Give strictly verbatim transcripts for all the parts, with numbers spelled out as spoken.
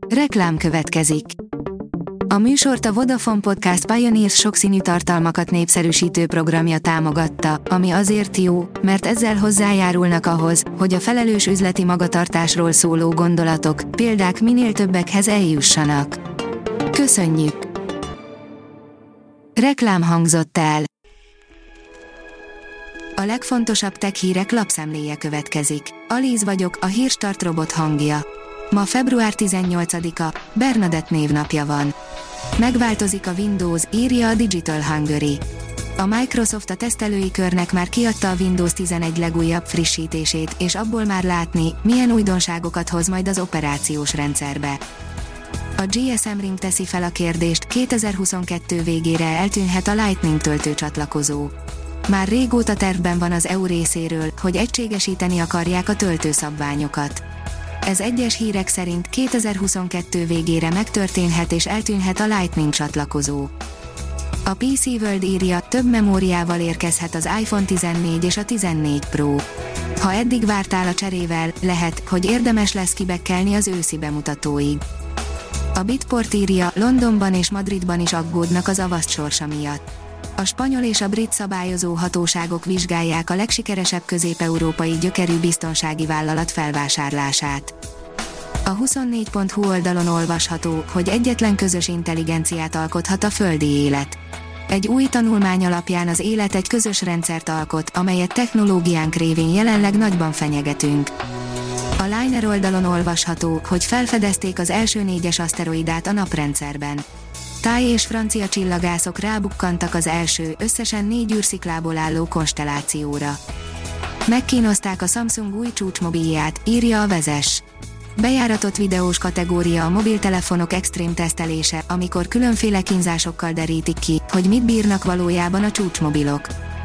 Reklám következik. A műsort a Vodafone Podcast Pioneers sokszínű tartalmakat népszerűsítő programja támogatta, ami azért jó, mert ezzel hozzájárulnak ahhoz, hogy a felelős üzleti magatartásról szóló gondolatok, példák minél többekhez eljussanak. Köszönjük! Reklám hangzott el. A legfontosabb tech hírek lapszemléje következik. Alíz vagyok, a Hírstart robot hangja. Ma február tizennyolcadika, Bernadett névnapja van. Megváltozik a Windows, írja a Digital Hungary. A Microsoft a tesztelői körnek már kiadta a Windows tizenegy legújabb frissítését, és abból már látni, milyen újdonságokat hoz majd az operációs rendszerbe. A gé es em Ring teszi fel a kérdést, kétezer-huszonkettő végére eltűnhet a Lightning töltőcsatlakozó. Már régóta tervben van az é u részéről, hogy egységesíteni akarják a töltőszabványokat. Ez egyes hírek szerint kétezer-huszonkettő végére megtörténhet és eltűnhet a Lightning csatlakozó. A pé cé World írja, több memóriával érkezhet az iPhone tizennégy és a tizennégy Pro. Ha eddig vártál a cserével, lehet, hogy érdemes lesz kibekkelni az őszi bemutatóig. A Bitport írja, Londonban és Madridban is aggódnak az Avast sorsa miatt. A spanyol és a brit szabályozó hatóságok vizsgálják a legsikeresebb közép-európai gyökerű biztonsági vállalat felvásárlását. A huszonnégy pont hu oldalon olvasható, hogy egyetlen közös intelligenciát alkothat a földi élet. Egy új tanulmány alapján az élet egy közös rendszert alkot, amelyet technológiánk révén jelenleg nagyban fenyegetünk. A Liner oldalon olvasható, hogy felfedezték az első négyes aszteroidát a naprendszerben. Táj és francia csillagászok rábukkantak az első, összesen négy űrsziklából álló konstellációra. Megkínozták a Samsung új csúcsmobilját, írja a Vezes. Bejáratott videós kategória a mobiltelefonok extrém tesztelése, amikor különféle kínzásokkal derítik ki, hogy mit bírnak valójában a csúcsmobilok.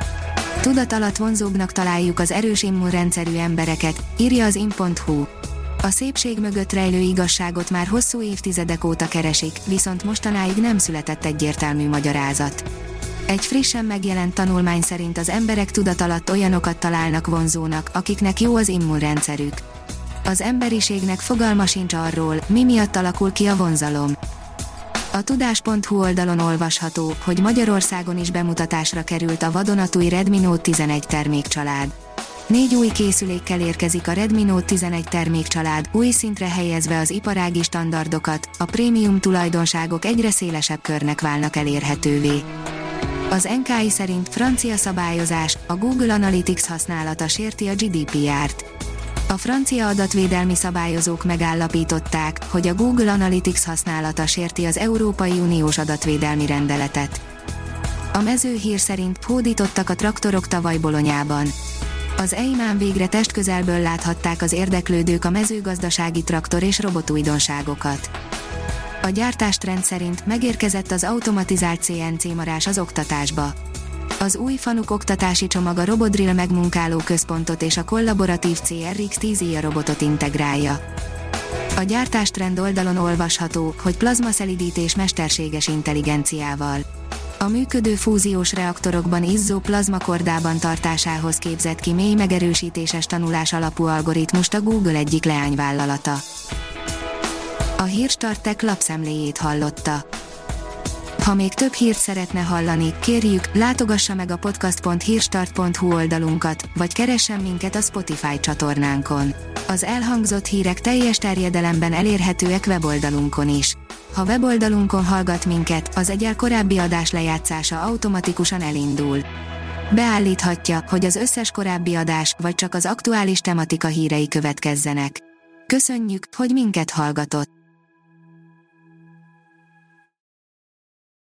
Tudat alatt vonzóbbnak találjuk az erős immunrendszerű embereket, írja az in pont hu. A szépség mögött rejlő igazságot már hosszú évtizedek óta keresik, viszont mostanáig nem született egyértelmű magyarázat. Egy frissen megjelent tanulmány szerint az emberek tudat alatt olyanokat találnak vonzónak, akiknek jó az immunrendszerük. Az emberiségnek fogalma sincs arról, mi miatt alakul ki a vonzalom. A tudás pont hu oldalon olvasható, hogy Magyarországon is bemutatásra került a vadonatúj Redmi Note tizenegy termékcsalád. Négy új készülékkel érkezik a Redmi Note tizenegy termékcsalád, új szintre helyezve az iparági standardokat, a prémium tulajdonságok egyre szélesebb körnek válnak elérhetővé. Az en ká i szerint francia szabályozás, a Google Analytics használata sérti a gé dé pé er-t. A francia adatvédelmi szabályozók megállapították, hogy a Google Analytics használata sérti az Európai Uniós adatvédelmi rendeletet. A Mezőhír szerint hódítottak a traktorok tavaly Bolonyában. Az é i em á-n végre testközelből láthatták az érdeklődők a mezőgazdasági traktor és robotújdonságokat. A gyártástrend szerint megérkezett az automatizált cé en cé marás az oktatásba. Az új Fanuk oktatási csomag a Robodrill megmunkáló központot és a kollaboratív cé er iksz tíz i á robotot integrálja. A gyártástrend oldalon olvasható, hogy plazmaszelidítés mesterséges intelligenciával. A működő fúziós reaktorokban izzó plazmakordában tartásához képzett ki mély megerősítéses tanulás alapú algoritmust a Google egyik leányvállalata. A Hírstart Tech lapszemléjét hallotta. Ha még több hírt szeretne hallani, kérjük, látogassa meg a podcast pont hírstart pont hu oldalunkat, vagy keressen minket a Spotify csatornánkon. Az elhangzott hírek teljes terjedelemben elérhetőek weboldalunkon is. Ha weboldalunkon hallgat minket, az egyel korábbi adás lejátszása automatikusan elindul. Beállíthatja, hogy az összes korábbi adás, vagy csak az aktuális tematika hírei következzenek. Köszönjük, hogy minket hallgatott!